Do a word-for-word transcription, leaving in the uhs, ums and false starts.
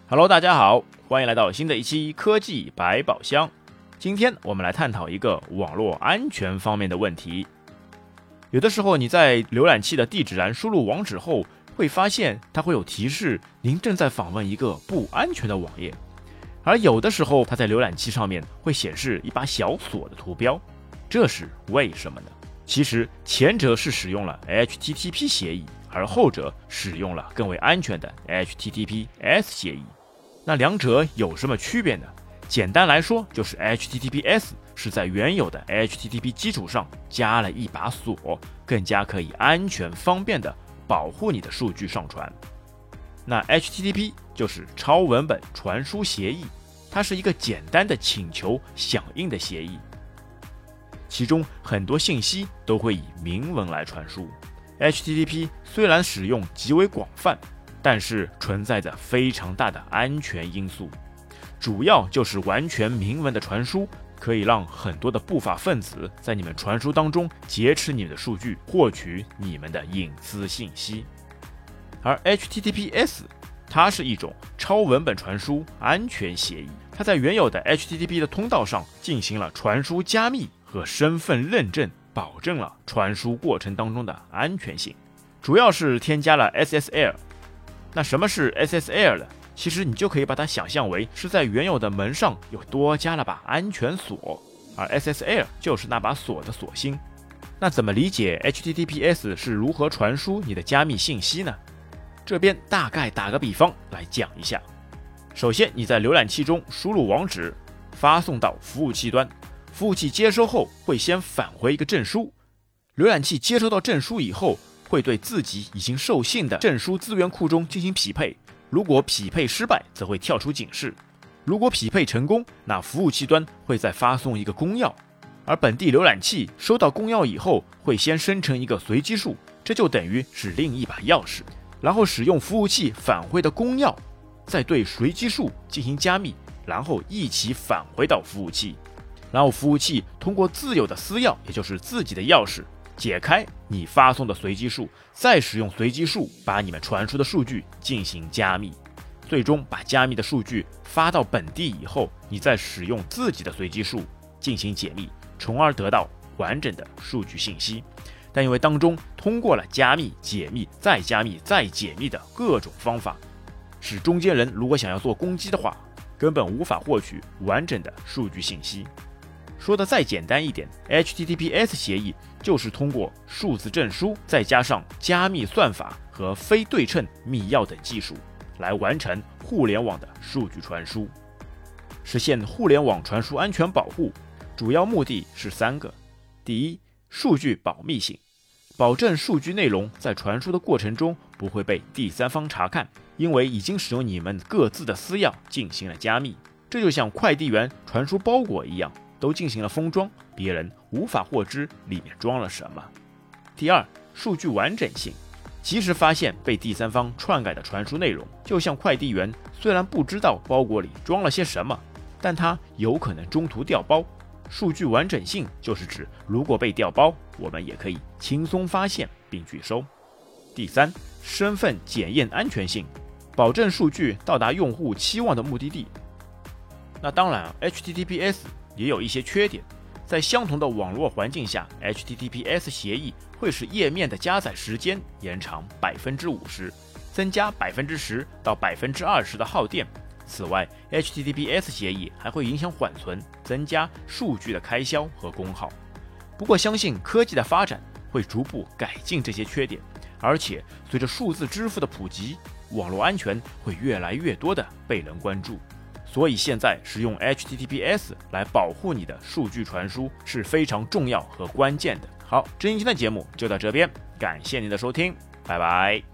Hello， 大家好，欢迎来到新的一期科技百宝箱。今天我们来探讨一个网络安全方面的问题。有的时候你在浏览器的地址栏输入网址后，会发现它会有提示您正在访问一个不安全的网页，而有的时候它在浏览器上面会显示一把小锁的图标，这是为什么呢？其实前者是使用了 H T T P 协议，而后者使用了更为安全的 H T T P S 协议。那两者有什么区别呢？简单来说，就是 H T T P S 是在原有的 H T T P 基础上加了一把锁，更加可以安全方便的保护你的数据上传。那 H T T P 就是超文本传输协议，它是一个简单的请求响应的协议，其中很多信息都会以明文来传输。H T T P 虽然使用极为广泛，但是存在着非常大的安全因素，主要就是完全明文的传输可以让很多的不法分子在你们传输当中劫持你们的数据，获取你们的隐私信息。而 H T T P S 它是一种超文本传输安全协议，它在原有的 H T T P 的通道上进行了传输加密和身份认证，保证了传输过程当中的安全性，主要是添加了 S S L。那什么是 S S L 呢？其实你就可以把它想象为是在原有的门上又多加了把安全锁，而 S S L 就是那把锁的锁芯。那怎么理解 H T T P S 是如何传输你的加密信息呢？这边大概打个比方来讲一下。首先你在浏览器中输入网址，发送到服务器端，服务器接收后会先返回一个证书，浏览器接收到证书以后，会对自己已经授信的证书资源库中进行匹配，如果匹配失败则会跳出警示，如果匹配成功，那服务器端会再发送一个公钥，而本地浏览器收到公钥以后会先生成一个随机数，这就等于是另一把钥匙，然后使用服务器返回的公钥再对随机数进行加密，然后一起返回到服务器，然后服务器通过自有的私钥，也就是自己的钥匙解开你发送的随机数，再使用随机数把你们传输的数据进行加密，最终把加密的数据发到本地以后，你再使用自己的随机数进行解密，从而得到完整的数据信息。但因为当中通过了加密、解密、再加密、再解密的各种方法，使中间人如果想要做攻击的话，根本无法获取完整的数据信息。说的再简单一点， H T T P S 协议就是通过数字证书再加上加密算法和非对称密钥等技术来完成互联网的数据传输。实现互联网传输安全保护主要目的是三个。第一，数据保密性，保证数据内容在传输的过程中不会被第三方查看，因为已经使用你们各自的私钥进行了加密，这就像快递员传输包裹一样，都进行了封装，别人无法获知里面装了什么。第二，数据完整性，及时发现被第三方篡改的传输内容，就像快递员虽然不知道包裹里装了些什么，但他有可能中途调包。数据完整性就是指如果被调包，我们也可以轻松发现并拒收。第三，身份检验安全性，保证数据到达用户期望的目的地。那当然 H T T P S 也有一些缺点，在相同的网络环境下 H T T P S 协议会使页面的加载时间延长 百分之五十， 增加 百分之十 到 百分之二十 的耗电。此外 H T T P S 协议还会影响缓存，增加数据的开销和功耗。不过相信科技的发展会逐步改进这些缺点，而且随着数字支付的普及，网络安全会越来越多的被人关注。所以现在使用 H T T P S 来保护你的数据传输是非常重要和关键的。好，这一期的节目就到这边，感谢您的收听，拜拜。